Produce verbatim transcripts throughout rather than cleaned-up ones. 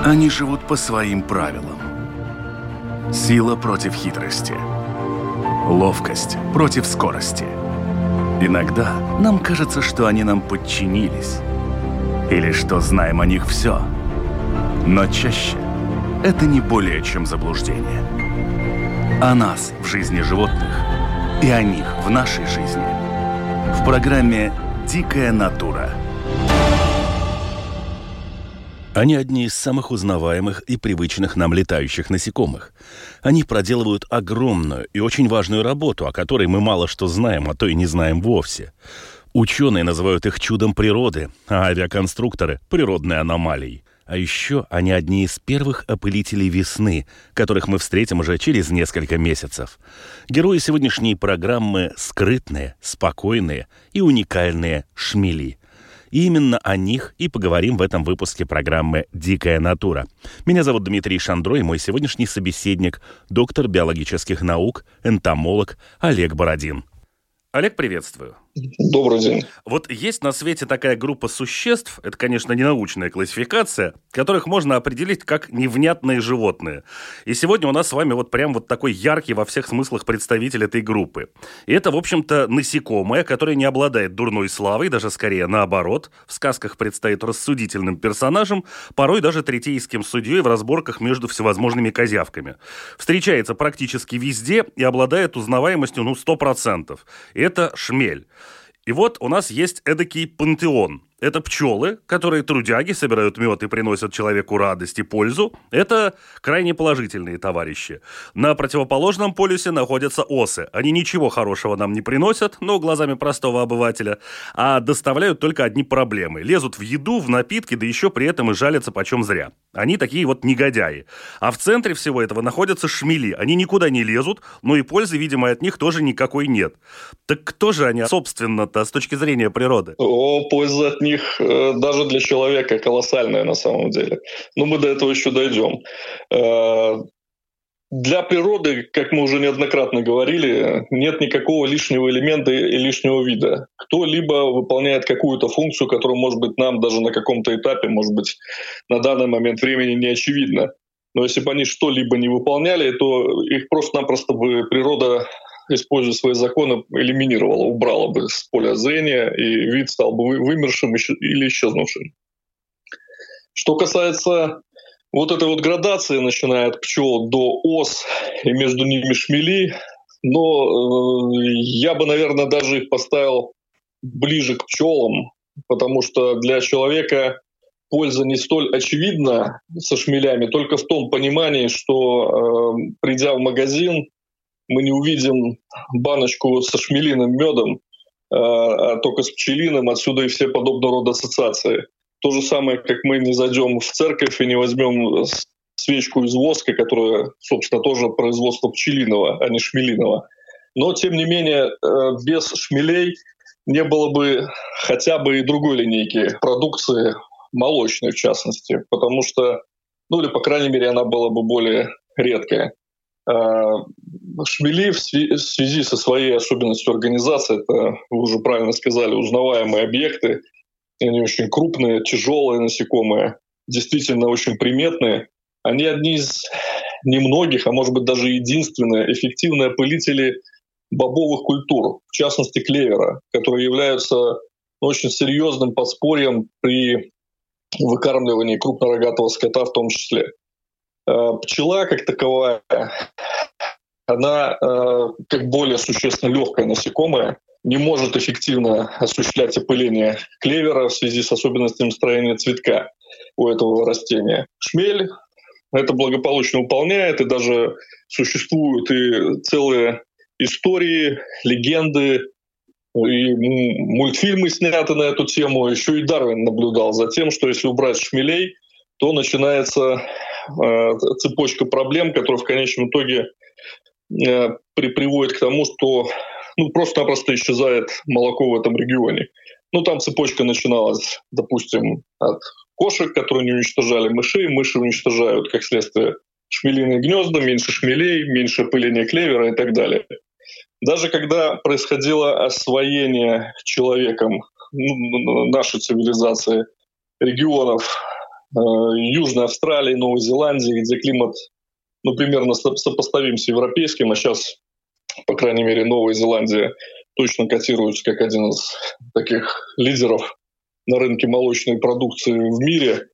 Они живут по своим правилам. Сила против хитрости. Ловкость против скорости. Иногда нам кажется, что они нам подчинились. Или что знаем о них все. Но чаще это не более чем заблуждение. О нас в жизни животных и о них в нашей жизни. В программе «Дикая натура». Они одни из самых узнаваемых и привычных нам летающих насекомых. Они проделывают огромную и очень важную работу, о которой мы мало что знаем, а то и не знаем вовсе. Ученые называют их чудом природы, а авиаконструкторы – природной аномалией. А еще они одни из первых опылителей весны, которых мы встретим уже через несколько месяцев. Герои сегодняшней программы – скрытные, спокойные и уникальные шмели. И именно о них и поговорим в этом выпуске программы «Дикая натура». Меня зовут Дмитрий Шандро, и мой сегодняшний собеседник – доктор биологических наук, энтомолог Олег Бородин. Олег, приветствую. Добрый день. Вот есть на свете такая группа существ, это, конечно, не научная классификация, которых можно определить как невнятные животные. И сегодня у нас с вами вот прям вот такой яркий во всех смыслах представитель этой группы. И это, в общем-то, насекомое, которое не обладает дурной славой, даже скорее наоборот. В сказках предстоит рассудительным персонажем, порой даже третейским судьей в разборках между всевозможными козявками. Встречается практически везде и обладает узнаваемостью, ну, сто процентов. Это шмель. И вот у нас есть эдакий пантеон. Это пчелы, которые трудяги, собирают мед и приносят человеку радость и пользу. Это крайне положительные товарищи. На противоположном полюсе находятся осы. Они ничего хорошего нам не приносят, но глазами простого обывателя, а доставляют только одни проблемы. Лезут в еду, в напитки, да еще при этом и жалятся почем зря. Они такие вот негодяи. А в центре всего этого находятся шмели. Они никуда не лезут, но и пользы, видимо, от них тоже никакой нет. Так кто же они, собственно-то, с точки зрения природы? О, польза от них даже для человека колоссальная на самом деле. Но мы до этого еще дойдем. Для природы, как мы уже неоднократно говорили, нет никакого лишнего элемента и лишнего вида. Кто-либо выполняет какую-то функцию, которая, может быть, нам даже на каком-то этапе, может быть, на данный момент времени не очевидна. Но если бы они что-либо не выполняли, то их просто-напросто бы природа, используя свои законы, элиминировала, убрала бы с поля зрения, и вид стал бы вымершим или исчезнувшим. Что касается вот этой вот градации, начиная от пчел до ос, и между ними шмели, но э, я бы, наверное, даже их поставил ближе к пчелам, потому что для человека польза не столь очевидна со шмелями, только в том понимании, что, э, придя в магазин, мы не увидим баночку со шмелиным медом, а только с пчелиным, отсюда и все подобного рода ассоциации. То же самое, как мы не зайдем в церковь и не возьмем свечку из воска, которая, собственно, тоже производство пчелиного, а не шмелиного. Но, тем не менее, без шмелей не было бы хотя бы и другой линейки продукции, молочной в частности, потому что, ну или, по крайней мере, она была бы более редкая. Шмели в связи со своей особенностью организации, это, вы уже правильно сказали, узнаваемые объекты, они очень крупные, тяжелые насекомые, действительно очень приметные. Они одни из немногих, а может быть даже единственные эффективные опылители бобовых культур, в частности клевера, которые являются очень серьезным подспорьем при выкармливании крупнорогатого скота в том числе. Пчела как таковая, она э, как более существенно легкая насекомая, не может эффективно осуществлять опыление клевера в связи с особенностями строения цветка у этого растения. Шмель это благополучно выполняет, и даже существуют и целые истории, легенды, и мультфильмы сняты на эту тему. Еще и Дарвин наблюдал за тем, что если убрать шмелей, то начинается э, цепочка проблем, которая в конечном итоге э, при, приводит к тому, что ну, просто-напросто исчезает молоко в этом регионе. Ну, там цепочка начиналась, допустим, от кошек, которые не уничтожали мышей. Мыши уничтожают, как следствие, шмелиные гнезда, меньше шмелей, меньше опыления клевера и так далее. Даже когда происходило освоение человеком ну, нашей цивилизации регионов Южной Австралии, Новой Зеландии, где климат, ну, примерно сопоставим с европейским, а сейчас, по крайней мере, Новая Зеландия точно котируется как один из таких лидеров на рынке молочной продукции в мире.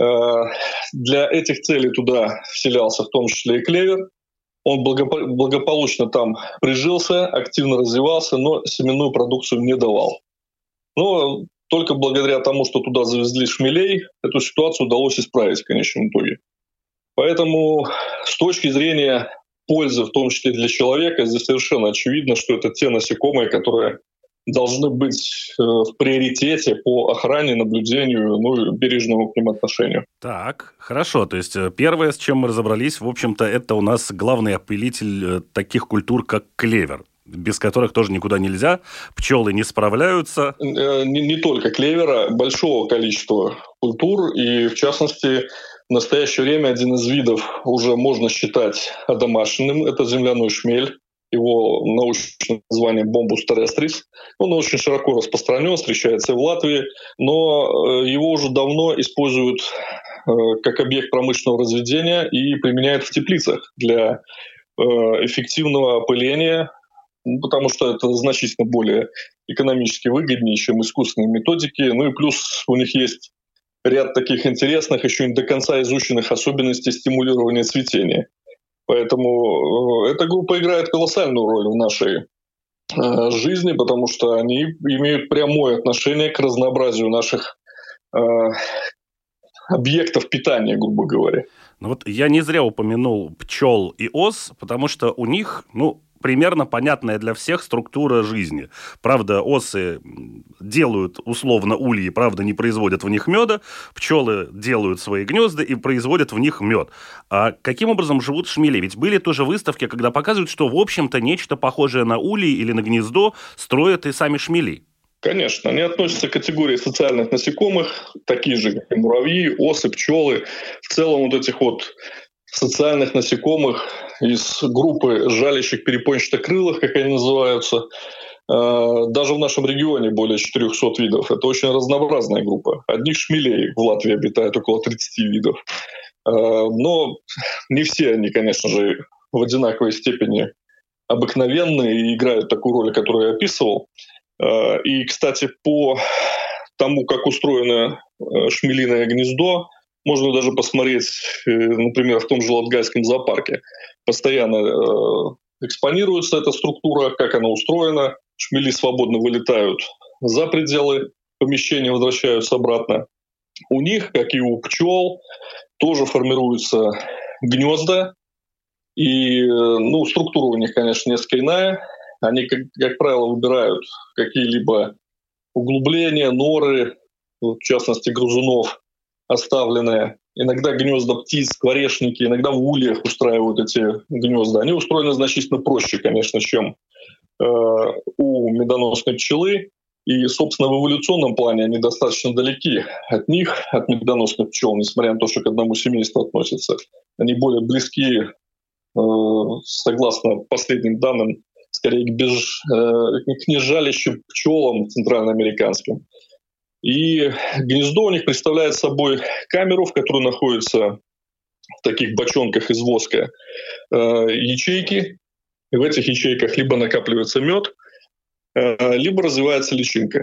Для этих целей туда вселялся в том числе и клевер. Он благополучно там прижился, активно развивался, но семенную продукцию не давал. Но только благодаря тому, что туда завезли шмелей, эту ситуацию удалось исправить в конечном итоге. Поэтому с точки зрения пользы, в том числе для человека, здесь совершенно очевидно, что это те насекомые, которые должны быть в приоритете по охране, наблюдению, ну и бережному к ним отношению. Так, хорошо. То есть первое, с чем мы разобрались, в общем-то, это у нас главный опылитель таких культур, как клевер, без которых тоже никуда нельзя. Пчелы не справляются. Не, не только клевера, большого количества культур. И, в частности, в настоящее время один из видов уже можно считать одомашненным. Это земляной шмель. Его научное название Bombus terrestris. Он очень широко распространен, встречается и в Латвии, но его уже давно используют как объект промышленного разведения и применяют в теплицах для эффективного опыления, потому что это значительно более экономически выгоднее, чем искусственные методики. Ну и плюс у них есть ряд таких интересных, еще не до конца изученных особенностей стимулирования цветения. Поэтому эта группа играет колоссальную роль в нашей э, жизни, потому что они имеют прямое отношение к разнообразию наших э, объектов питания, грубо говоря. Ну вот я не зря упомянул пчел и ос, потому что у них, ну, примерно понятная для всех структура жизни. Правда, осы делают условно ульи, правда, не производят в них меда, пчелы делают свои гнезда и производят в них мед. А каким образом живут шмели? Ведь были тоже выставки, когда показывают, что, в общем-то, нечто похожее на улей или на гнездо строят и сами шмели. Конечно, они относятся к категории социальных насекомых, такие же, как и муравьи, осы, пчелы. В целом вот этих вот социальных насекомых из группы жалящих перепончатокрылых, как они называются, даже в нашем регионе более четырехсот видов. Это очень разнообразная группа. Одних шмелей в Латвии обитает около тридцати видов. Но не все они, конечно же, в одинаковой степени обыкновенные и играют такую роль, которую я описывал. И, кстати, по тому, как устроено шмелиное гнездо, можно даже посмотреть, например, в том же Латгальском зоопарке. Постоянно экспонируется эта структура, как она устроена. Шмели свободно вылетают за пределы помещения, возвращаются обратно. У них, как и у пчел, тоже формируются гнезда. И ну, структура у них, конечно, несколько иная. Они, как, как правило, выбирают какие-либо углубления, норы, в частности, грызунов, оставленные. Иногда гнезда птиц, скворечники, иногда в ульях устраивают эти гнезда. Они устроены значительно проще, конечно, чем э, у медоносной пчелы. И, собственно, в эволюционном плане они достаточно далеки от них, от медоносных пчел, несмотря на то, что к одному семейству относятся. Они более близки, э, согласно последним данным, скорее к, беж, э, к нежалящим пчелам центральноамериканским. И гнездо у них представляет собой камеру, в которой находятся в таких бочонках из воска э, ячейки. И в этих ячейках либо накапливается мед, э, либо развивается личинка.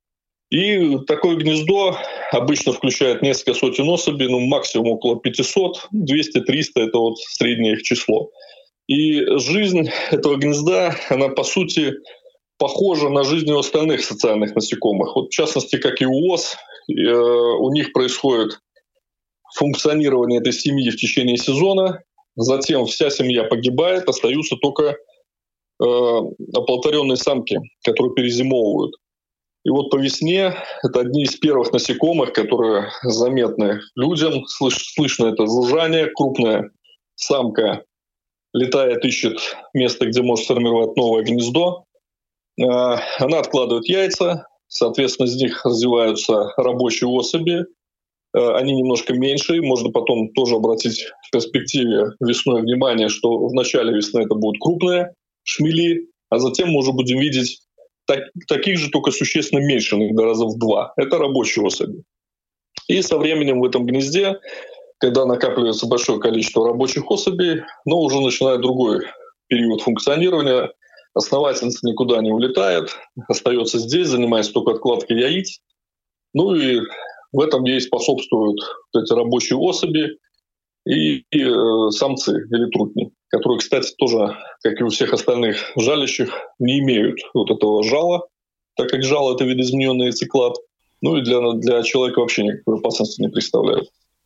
И такое гнездо обычно включает несколько сотен особей, ну максимум около пятьсот, двести-триста — это вот среднее их число. И жизнь этого гнезда, она по сути похожа на жизнь у остальных социальных насекомых. Вот в частности, как и у ос, э, у них происходит функционирование этой семьи в течение сезона, затем вся семья погибает, остаются только э, оплодотворенные самки, которые перезимовывают. И вот по весне это одни из первых насекомых, которые заметны людям. Слыш, слышно это жужжание, крупная самка летает, ищет место, где может сформировать новое гнездо. Она откладывает яйца, соответственно, из них развиваются рабочие особи. Они немножко меньше, можно потом тоже обратить в перспективе весной внимание, что в начале весны это будут крупные шмели, а затем мы уже будем видеть так, таких же, только существенно меньше, иногда раза в два. Это рабочие особи. И со временем в этом гнезде, когда накапливается большое количество рабочих особей, но уже начинает другой период функционирования, основательница никуда не улетает, остается здесь, занимается только откладкой яиц. Ну и в этом ей способствуют вот эти рабочие особи и, и э, самцы или трутни, которые, кстати, тоже, как и у всех остальных жалящих, не имеют вот этого жала, так как жало — это видоизмененный яйцеклад. Ну и для, для человека вообще никакой опасности не представляют.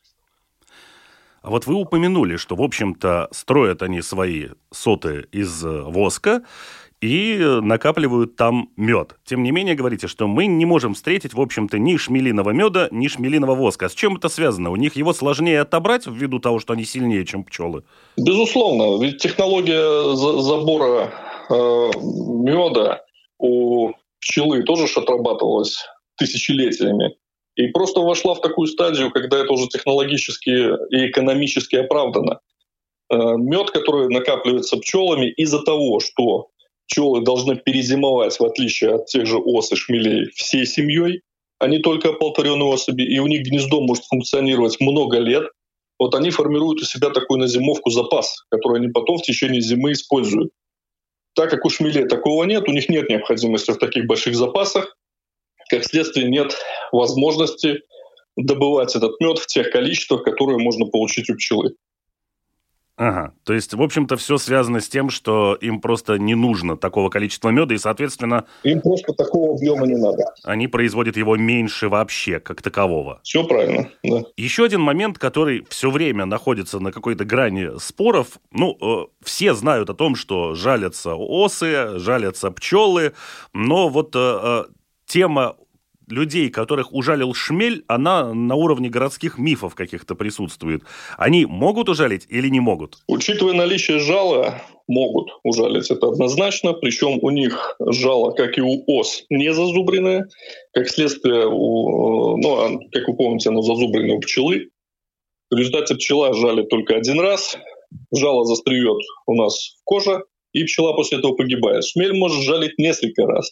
А вот вы упомянули, что, в общем-то, строят они свои соты из воска и накапливают там мед. Тем не менее, говорите, что мы не можем встретить, в общем-то, ни шмелиного меда, ни шмелиного воска. С чем это связано? У них его сложнее отобрать ввиду того, что они сильнее, чем пчелы? Безусловно, ведь технология забора э, меда у пчелы тоже ж отрабатывалась тысячелетиями. И просто вошла в такую стадию, когда это уже технологически и экономически оправдано. Э, мед, который накапливается пчелами из-за того, что пчелы должны перезимовать, в отличие от тех же ос и шмелей, всей семьей, а не только оплодотворенные особи, и у них гнездо может функционировать много лет. Вот они формируют у себя такую на зимовку запас, который они потом в течение зимы используют. Так как у шмелей такого нет, у них нет необходимости в таких больших запасах, как следствие нет возможности добывать этот мед в тех количествах, которые можно получить у пчелы. Ага, то есть, в общем-то, все связано с тем, что им просто не нужно такого количества меда, и, соответственно... Им просто такого объема не надо. Они производят его меньше вообще, как такового. Все правильно, да. Еще один момент, который все время находится на какой-то грани споров. Ну, э, все знают о том, что жалятся осы, жалятся пчелы, но вот э, тема людей, которых ужалил шмель, она на уровне городских мифов каких-то присутствует. Они могут ужалить или не могут? Учитывая наличие жала, могут ужалить, это однозначно. Причем у них жало, как и у ос, не зазубренное. Как следствие, у, ну, как вы помните, оно зазубренное у пчелы. В результате пчела жалит только один раз, жало застреет у нас в коже, и пчела после этого погибает. Шмель может жалить несколько раз.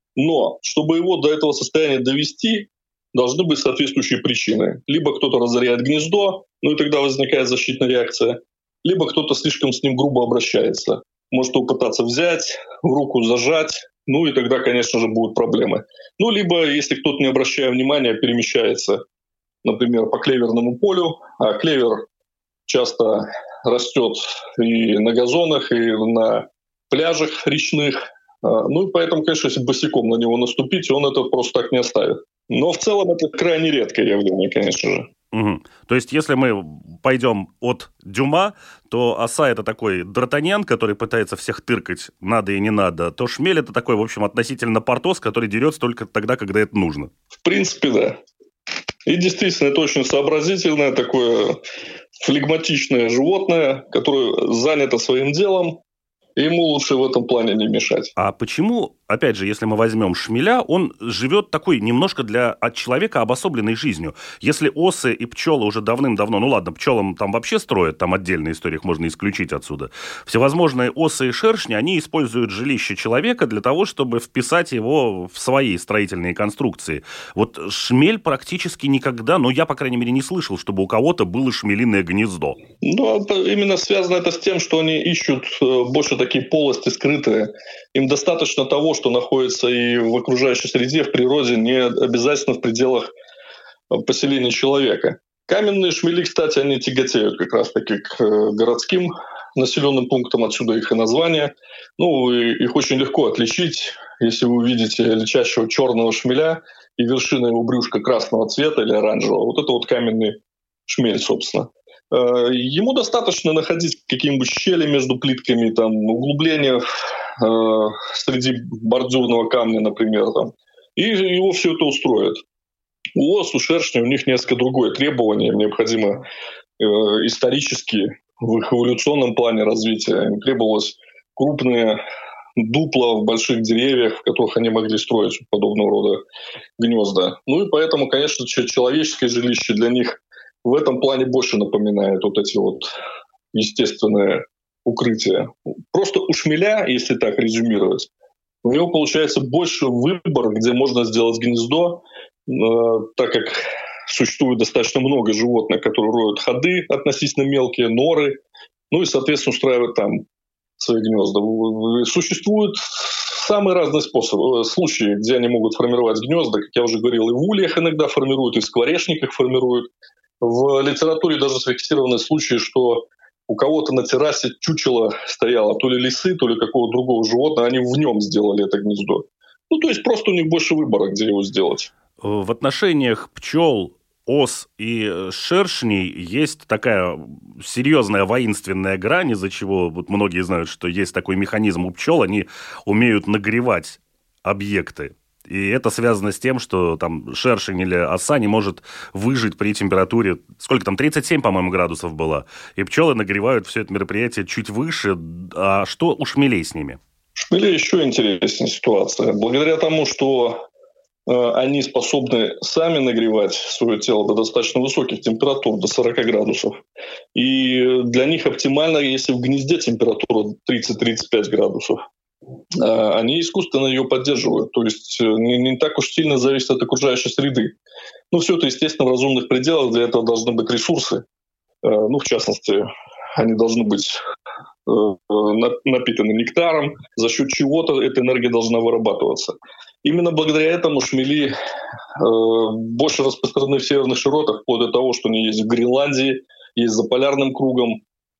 Но чтобы его до этого состояния довести, должны быть соответствующие причины. Либо кто-то разоряет гнездо, ну и тогда возникает защитная реакция, либо кто-то слишком с ним грубо обращается. Может его пытаться взять, в руку зажать, ну и тогда, конечно же, будут проблемы. Ну, либо, если кто-то, не обращая внимания, перемещается, например, по клеверному полю, а клевер часто растет и на газонах, и на пляжах речных. Ну и поэтому, конечно, если босиком на него наступить, он это просто так не оставит. Но в целом это крайне редкое явление, конечно же. Угу. То есть, если мы пойдем от Дюма, то оса — это такой Д'Артаньян, который пытается всех тыркать надо и не надо, то шмель — это такой, в общем, относительно Портос, который дерется только тогда, когда это нужно. В принципе, да. И действительно, это очень сообразительное, такое флегматичное животное, которое занято своим делом. Ему лучше в этом плане не мешать. А почему, опять же, если мы возьмем шмеля, он живет такой немножко для от человека обособленной жизнью? Если осы и пчелы уже давным-давно, ну ладно, пчелам там вообще строят, там отдельная история, их можно исключить отсюда. Всевозможные осы и шершни, они используют жилище человека для того, чтобы вписать его в свои строительные конструкции. Вот шмель практически никогда, но я, по крайней мере, не слышал, чтобы у кого-то было шмелиное гнездо. Ну, это именно связано это с тем, что они ищут больше такие полости скрытые. Им достаточно того, что находится и в окружающей среде, в природе, не обязательно в пределах поселения человека. Каменные шмели, кстати, они тяготеют как раз-таки к городским населенным пунктам, отсюда их и название. Ну, и их очень легко отличить, если вы увидите летящего черного шмеля и вершина его брюшка красного цвета или оранжевого. Вот это вот каменный шмель, собственно. Ему достаточно находить какие-нибудь щели между плитками, там, углубления э, среди бордюрного камня, например, там, и его все это устроит. У ос, у шершней у них несколько другое требование. Им необходимо э, исторически в их эволюционном плане развития им требовалось крупные дупла в больших деревьях, в которых они могли строить подобного рода гнезда. Ну и поэтому, конечно, человеческое жилище для них в этом плане больше напоминает вот эти вот естественные укрытия. Просто у шмеля, если так резюмировать, у него получается больше выбор, где можно сделать гнездо, э, так как существует достаточно много животных, которые роют ходы относительно мелкие, норы, ну и, соответственно, устраивают там свои гнезда. Существуют самые разные способы, случаи, где они могут формировать гнезда. Как я уже говорил, и в ульях иногда формируют, и в скворечниках формируют. В литературе даже зафиксированы случаи, что у кого-то на террасе чучело стояло, то ли лисы, то ли какого-то другого животного, они в нем сделали это гнездо. Ну, то есть просто у них больше выбора, где его сделать. В отношениях пчел, ос и шершней есть такая серьезная воинственная грань, из-за чего вот многие знают, что есть такой механизм у пчел, они умеют нагревать объекты. И это связано с тем, что там шершень или оса не может выжить при температуре, сколько там, тридцать семь, по-моему, градусов было. И пчелы нагревают все это мероприятие чуть выше. А что у шмелей с ними? У шмелей еще интереснее ситуация. Благодаря тому, что э, они способны сами нагревать свое тело до достаточно высоких температур, до сорок градусов. И для них оптимально, если в гнезде температура тридцать-тридцать пять градусов. Они искусственно ее поддерживают, то есть не, не так уж сильно зависит от окружающей среды. Ну, все это, естественно, в разумных пределах, для этого должны быть ресурсы. Ну, в частности, они должны быть напитаны нектаром, за счет чего-то эта энергия должна вырабатываться. Именно благодаря этому шмели больше распространены в северных широтах, вплоть до того, что они есть в Гренландии, есть за полярным кругом.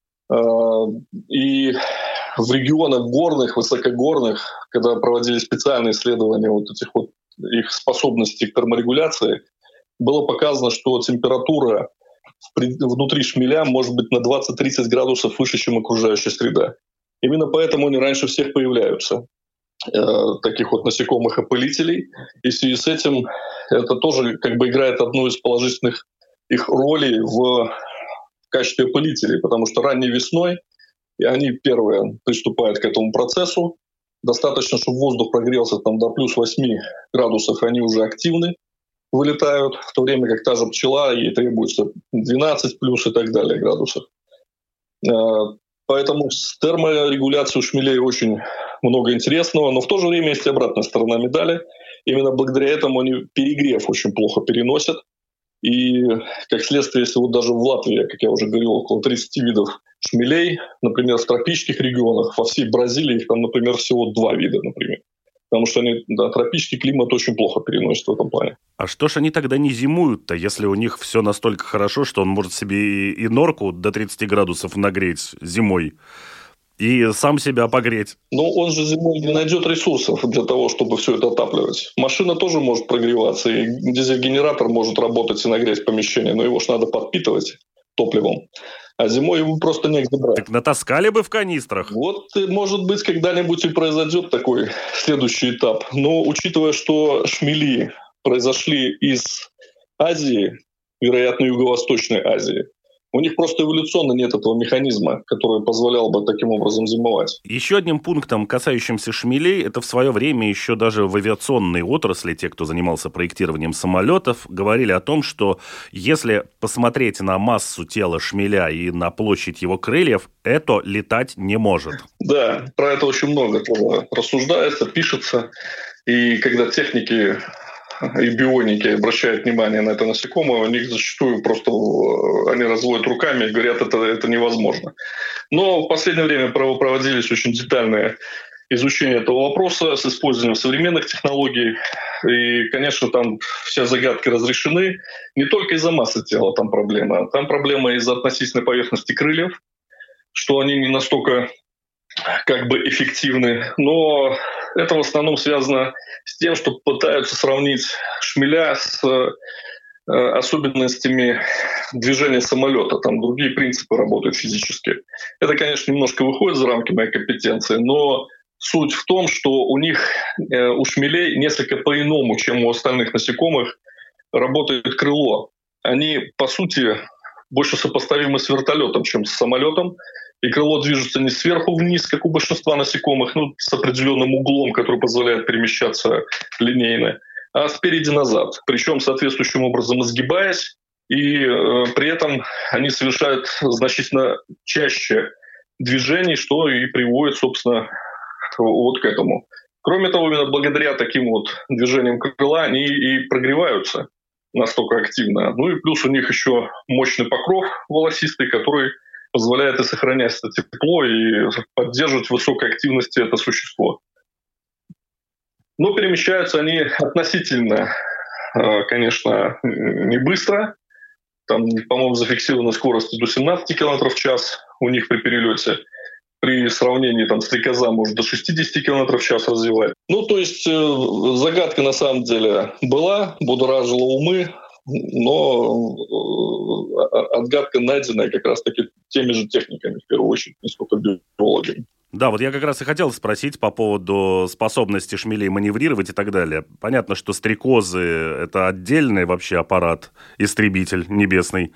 И в регионах горных, высокогорных, когда проводили специальные исследования вот этих вот их способностей к терморегуляции, было показано, что температура внутри шмеля может быть на двадцать-тридцать градусов выше, чем окружающая среда. Именно поэтому они раньше всех появляются, э, таких вот насекомых-опылителей. И в связи с этим это тоже как бы играет одну из положительных их ролей в качестве опылителей, потому что ранней весной и они первые приступают к этому процессу. Достаточно, чтобы воздух прогрелся там до плюс восемь градусов, и они уже активны, вылетают, в то время как та же пчела, ей требуется двенадцать плюс и так далее градусов. Поэтому с терморегуляцией у шмелей очень много интересного, но в то же время есть и обратная сторона медали. Именно благодаря этому они перегрев очень плохо переносят. И, как следствие, если вот даже в Латвии, как я уже говорил, около тридцать видов шмелей, например, в тропических регионах, во всей Бразилии их там, например, всего два вида, например. Потому что они, да, тропический климат очень плохо переносят в этом плане. А что ж они тогда не зимуют-то, если у них все настолько хорошо, что он может себе и, и норку до тридцати градусов нагреть зимой? И сам себя погреть. Ну, он же зимой не найдет ресурсов для того, чтобы все это отапливать. Машина тоже может прогреваться, и дизель-генератор может работать и нагреть помещение, но его же надо подпитывать топливом. А зимой его просто негде брать. Так натаскали бы в канистрах. Вот, может быть, когда-нибудь и произойдет такой следующий этап. Но учитывая, что шмели произошли из Азии, вероятно, Юго-Восточной Азии, у них просто эволюционно нет этого механизма, который позволял бы таким образом зимовать. Еще одним пунктом, касающимся шмелей, это в свое время еще даже в авиационной отрасли, те, кто занимался проектированием самолетов, говорили о том, что если посмотреть на массу тела шмеля и на площадь его крыльев, это летать не может. Да, про это очень много рассуждается, пишется. И когда техники и бионики обращают внимание на это насекомое, у них зачастую просто они разводят руками и говорят, это, это невозможно. Но в последнее время проводились очень детальные изучения этого вопроса с использованием современных технологий. И, конечно, там все загадки разрешены. Не только из-за массы тела там проблема. Там проблема из-за относительной поверхности крыльев, что они не настолько как бы эффективны. Но это в основном связано с тем, что пытаются сравнить шмеля с э, особенностями движения самолета. Там другие принципы работают физически. Это, конечно, немножко выходит за рамки моей компетенции, но суть в том, что у них, э, у шмелей несколько по-иному, чем у остальных насекомых, работает крыло. Они, по сути, больше сопоставимы с вертолетом, чем с самолетом. И крыло движется не сверху вниз, как у большинства насекомых, ну, с определенным углом, который позволяет перемещаться линейно, а спереди назад. Причем соответствующим образом изгибаясь, и э, при этом они совершают значительно чаще движений, что и приводит, собственно, вот к этому. Кроме того, именно благодаря таким вот движениям крыла они и прогреваются. настолько активно. Ну и плюс у них еще мощный покров волосистый, который позволяет и сохранять это тепло, и поддерживать в высокой активности это существо. Но перемещаются они относительно, конечно, не быстро. Там, по-моему, зафиксирована скорость до семнадцати километров в час у них при перелете. При сравнении там, стрекоза может до шестидесяти километров в час развивать. Ну, то есть э, загадка на самом деле была, будоражила умы, но э, отгадка найденная как раз-таки теми же техниками, в первую очередь, не сколько биологами. Да, вот я как раз и хотел спросить по поводу способности шмелей маневрировать и так далее. Понятно, что стрекозы – это отдельный вообще аппарат, истребитель небесный,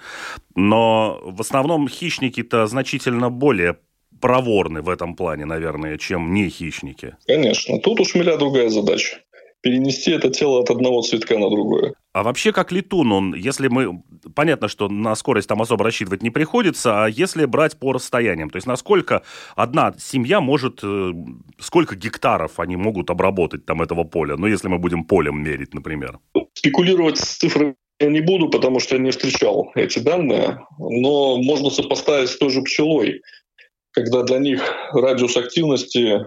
но в основном хищники-то значительно более проворны в этом плане, наверное, чем не хищники. Конечно. Тут у шмеля другая задача. Перенести это тело от одного цветка на другое. А вообще, как летун, он, если мы... Понятно, что на скорость там особо рассчитывать не приходится, а если брать по расстояниям, то есть насколько одна семья может... Сколько гектаров они могут обработать там этого поля? Ну, если мы будем полем мерить, например. Спекулировать с цифрами я не буду, потому что я не встречал эти данные, но можно сопоставить с той же пчелой, когда для них радиус активности...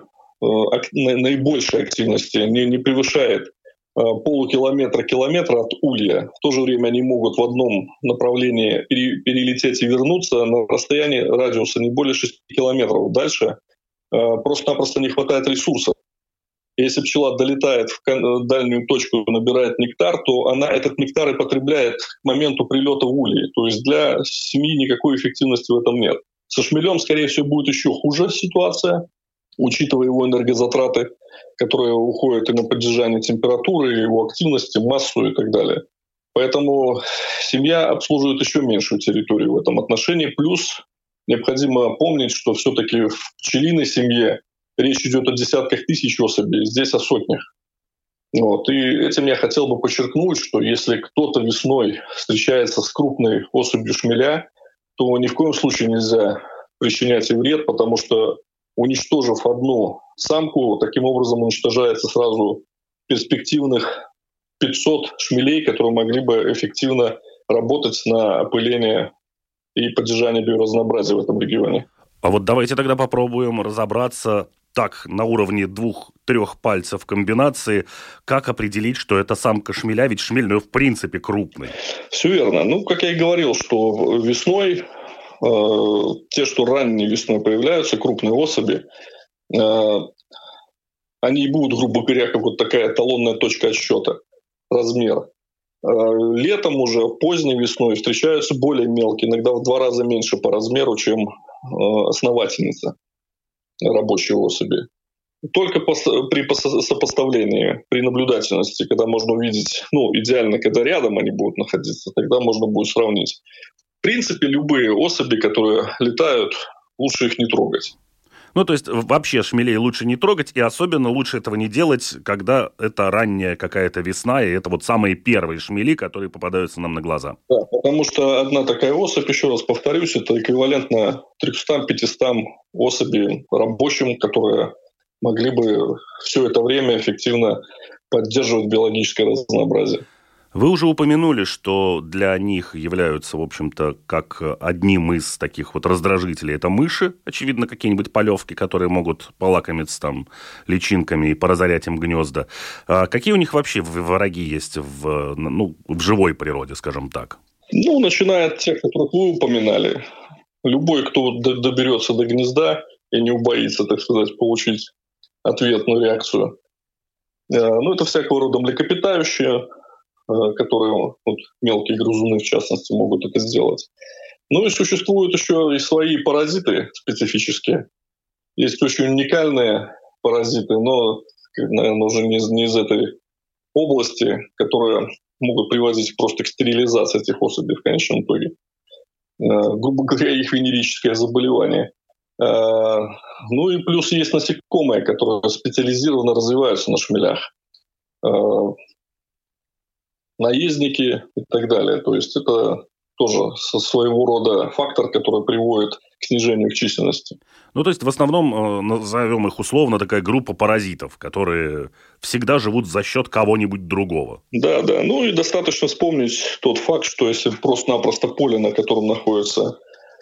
наибольшей активности не, не превышает э, полукилометра километра от улья. В то же время они могут в одном направлении пере, перелететь и вернуться на расстоянии радиуса не более шести километров. Дальше э, просто-напросто не хватает ресурсов. Если пчела долетает в кон- дальнюю точку, набирает нектар, то она этот нектар и потребляет к моменту прилета в улье. То есть для семьи никакой эффективности в этом нет. Со шмелем, скорее всего, будет еще хуже ситуация, учитывая его энергозатраты, которые уходят и на поддержание температуры, его активности, массу и так далее. Поэтому семья обслуживает еще меньшую территорию в этом отношении. Плюс необходимо помнить, что все-таки в пчелиной семье речь идет о десятках тысяч особей, здесь о сотнях. Вот. И этим я хотел бы подчеркнуть, что если кто-то весной встречается с крупной особью шмеля, то ни в коем случае нельзя причинять ей вред, потому что уничтожив одну самку, таким образом уничтожается сразу перспективных пятьсот шмелей, которые могли бы эффективно работать на опыление и поддержание биоразнообразия в этом регионе. А вот давайте тогда попробуем разобраться так, на уровне двух-трех пальцев комбинации, как определить, что это самка шмеля, ведь шмель, ну, в принципе, крупный. Все верно. Ну, как я и говорил, что весной те, что ранней весной появляются, крупные особи, они и будут, грубо говоря, как вот такая эталонная точка отсчета, размер. Летом уже, поздней весной, встречаются более мелкие, иногда в два раза меньше по размеру, чем основательница рабочей особи. Только при сопоставлении, при наблюдательности, когда можно увидеть, ну, идеально, когда рядом они будут находиться, тогда можно будет сравнить. В принципе, любые особи, которые летают, лучше их не трогать. Ну, то есть вообще шмелей лучше не трогать, и особенно лучше этого не делать, когда это ранняя какая-то весна, и это вот самые первые шмели, которые попадаются нам на глаза. Да, потому что одна такая особь, еще раз повторюсь, это эквивалентно тремстам-пятистам особей рабочим, которые могли бы все это время эффективно поддерживать биологическое разнообразие. Вы уже упомянули, что для них являются, в общем-то, как одним из таких вот раздражителей. Это мыши, очевидно, какие-нибудь полевки, которые могут полакомиться там личинками и поразорять им гнезда. А какие у них вообще враги есть в, ну, в живой природе, скажем так? Ну, начиная от тех, которых вы упоминали. Любой, кто доберется до гнезда и не убоится, так сказать, получить ответную реакцию. Ну, это всякого рода млекопитающие, которые, вот, мелкие грызуны, в частности, могут это сделать. Ну и существуют еще и свои паразиты специфические. Есть очень уникальные паразиты, но, наверное, уже не из, не из этой области, которые могут приводить просто к стерилизации этих особей в конечном итоге. Грубо говоря, их венерическое заболевание. Ну и плюс есть насекомые, которые специализированно развиваются на шмелях. Наездники и так далее. То есть это тоже своего рода фактор, который приводит к снижению их численности. Ну, то есть, в основном, назовем их условно, такая группа паразитов, которые всегда живут за счет кого-нибудь другого. Да, да. Ну, и достаточно вспомнить тот факт, что если просто-напросто поле, на котором находятся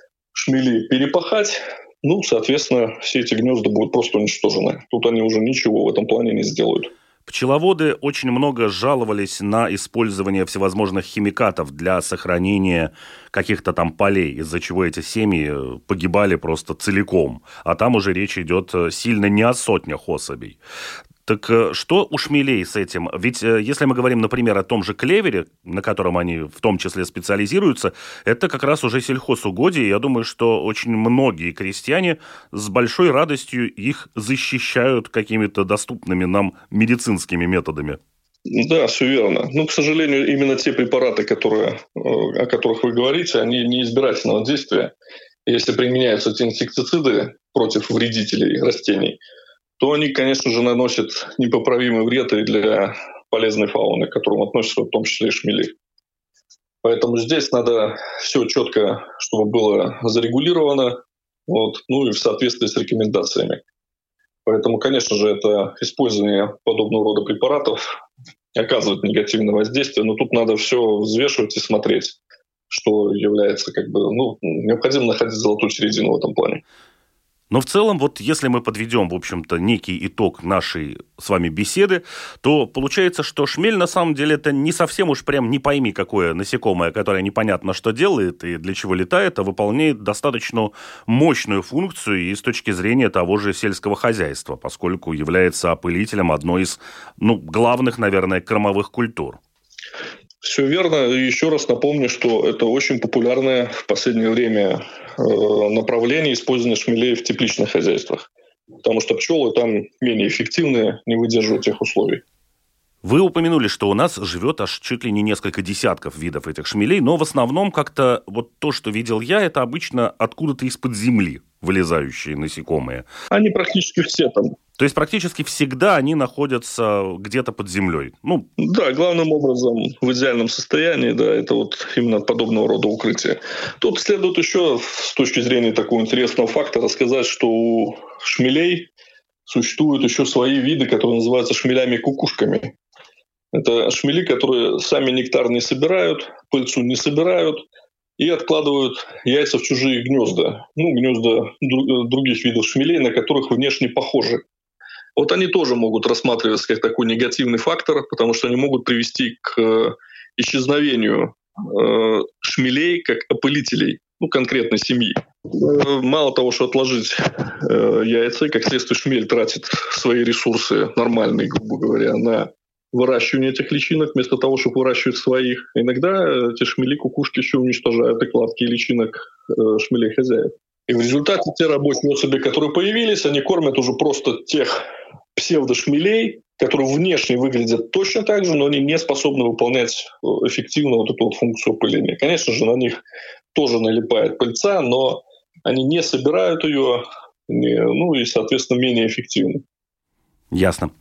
шмели, перепахать, ну, соответственно, все эти гнезда будут просто уничтожены. Тут они уже ничего в этом плане не сделают. Пчеловоды очень много жаловались на использование всевозможных химикатов для сохранения каких-то там полей, из-за чего эти семьи погибали просто целиком. А там уже речь идет сильно не о сотнях особей. Так что у шмелей с этим? Ведь если мы говорим, например, о том же клевере, на котором они в том числе специализируются, это как раз уже сельхозугодие. Я думаю, что очень многие крестьяне с большой радостью их защищают какими-то доступными нам медицинскими методами. Да, все верно. Но, к сожалению, именно те препараты, которые, о которых вы говорите, они не избирательного действия. Если применяются эти инсектициды против вредителей растений, то они, конечно же, наносят непоправимый вред и для полезной фауны, к которым относятся в том числе и шмели. Поэтому здесь надо все четко, чтобы было зарегулировано, вот, ну и в соответствии с рекомендациями. Поэтому, конечно же, это использование подобного рода препаратов оказывает негативное воздействие, но тут надо все взвешивать и смотреть, что является как бы, ну, необходимо находить золотую середину в этом плане. Но в целом, вот если мы подведем, в общем-то, некий итог нашей с вами беседы, то получается, что шмель на самом деле это не совсем уж прям не пойми какое насекомое, которое непонятно что делает и для чего летает, а выполняет достаточно мощную функцию и с точки зрения того же сельского хозяйства, поскольку является опылителем одной из, ну, главных, наверное, кормовых культур. Все верно. И еще раз напомню, что это очень популярное в последнее время направление использования шмелей в тепличных хозяйствах. Потому что пчелы там менее эффективные, не выдерживают тех условий. Вы упомянули, что у нас живет аж чуть ли не несколько десятков видов этих шмелей, но в основном как-то вот то, что видел я, это обычно откуда-то из-под земли вылезающие насекомые. Они практически все там. То есть практически всегда они находятся где-то под землей. Ну, да, главным образом в идеальном состоянии, да, это вот именно подобного рода укрытие. Тут следует еще с точки зрения такого интересного факта рассказать, что у шмелей существуют еще свои виды, которые называются шмелями-кукушками. Это шмели, которые сами нектар не собирают, пыльцу не собирают и откладывают яйца в чужие гнезда. Ну, гнезда других видов шмелей, на которых внешне похожи. Вот они тоже могут рассматриваться как такой негативный фактор, потому что они могут привести к исчезновению шмелей как опылителей, ну, конкретной семьи. Мало того, что отложить яйца, как следствие шмель тратит свои ресурсы нормальные, грубо говоря, на выращивание этих личинок, вместо того, чтобы выращивать своих. Иногда эти шмели-кукушки еще уничтожают и кладки личинок шмелей хозяев. И в результате те рабочие особи, которые появились, они кормят уже просто тех псевдошмелей, которые внешне выглядят точно так же, но они не способны выполнять эффективно вот эту вот функцию опыления. Конечно же, на них тоже налипает пыльца, но они не собирают ее, ну и, соответственно, менее эффективны. Ясно.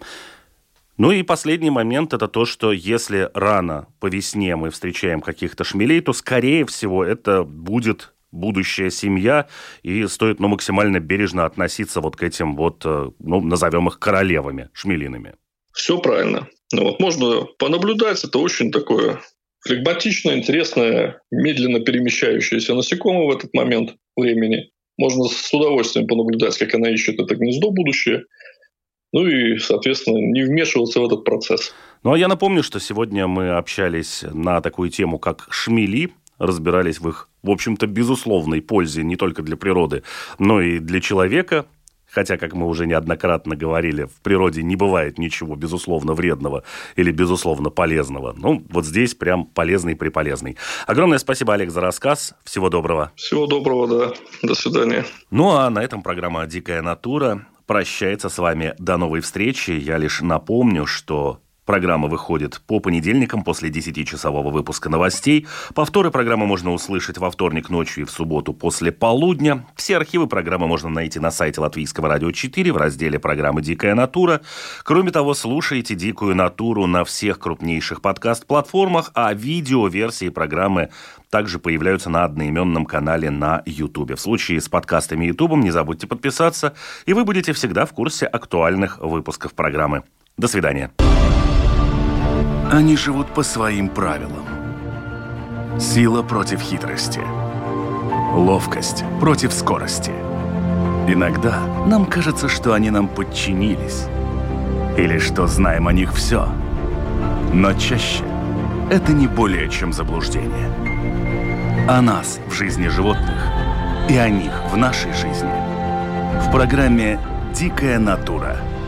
Ну и последний момент – это то, что если рано по весне мы встречаем каких-то шмелей, то, скорее всего, это будет будущая семья, и стоит, ну, максимально бережно относиться вот к этим вот, ну, назовем их королевами шмелиными. Все правильно. Ну, вот можно понаблюдать, это очень такое флегматичное, интересное, медленно перемещающееся насекомое в этот момент времени. Можно с удовольствием понаблюдать, как она ищет это гнездо будущее. Ну и, соответственно, не вмешиваться в этот процесс. Ну, а я напомню, что сегодня мы общались на такую тему, как шмели, разбирались в их, в общем-то, безусловной пользе не только для природы, но и для человека. Хотя, как мы уже неоднократно говорили, в природе не бывает ничего безусловно вредного или безусловно полезного. Ну, вот здесь прям полезный-преполезный. Огромное спасибо, Олег, за рассказ. Всего доброго. Всего доброго, да. До свидания. Ну, а на этом программа «Дикая натура» прощается с вами. До новой встречи. Я лишь напомню, что Программа выходит по понедельникам после десятичасового выпуска новостей. Повторы программы можно услышать во вторник ночью и в субботу после полудня. Все архивы программы можно найти на сайте Латвийского радио четыре в разделе программы «Дикая натура». Кроме того, слушайте «Дикую натуру» на всех крупнейших подкаст-платформах, а видеоверсии программы также появляются на одноименном канале на Ютубе. В случае с подкастами и Ютубом не забудьте подписаться, и вы будете всегда в курсе актуальных выпусков программы. До свидания. Они живут по своим правилам. Сила против хитрости. Ловкость против скорости. Иногда нам кажется, что они нам подчинились. Или что знаем о них все. Но чаще это не более чем заблуждение. О нас в жизни животных и о них в нашей жизни. В программе «Дикая натура».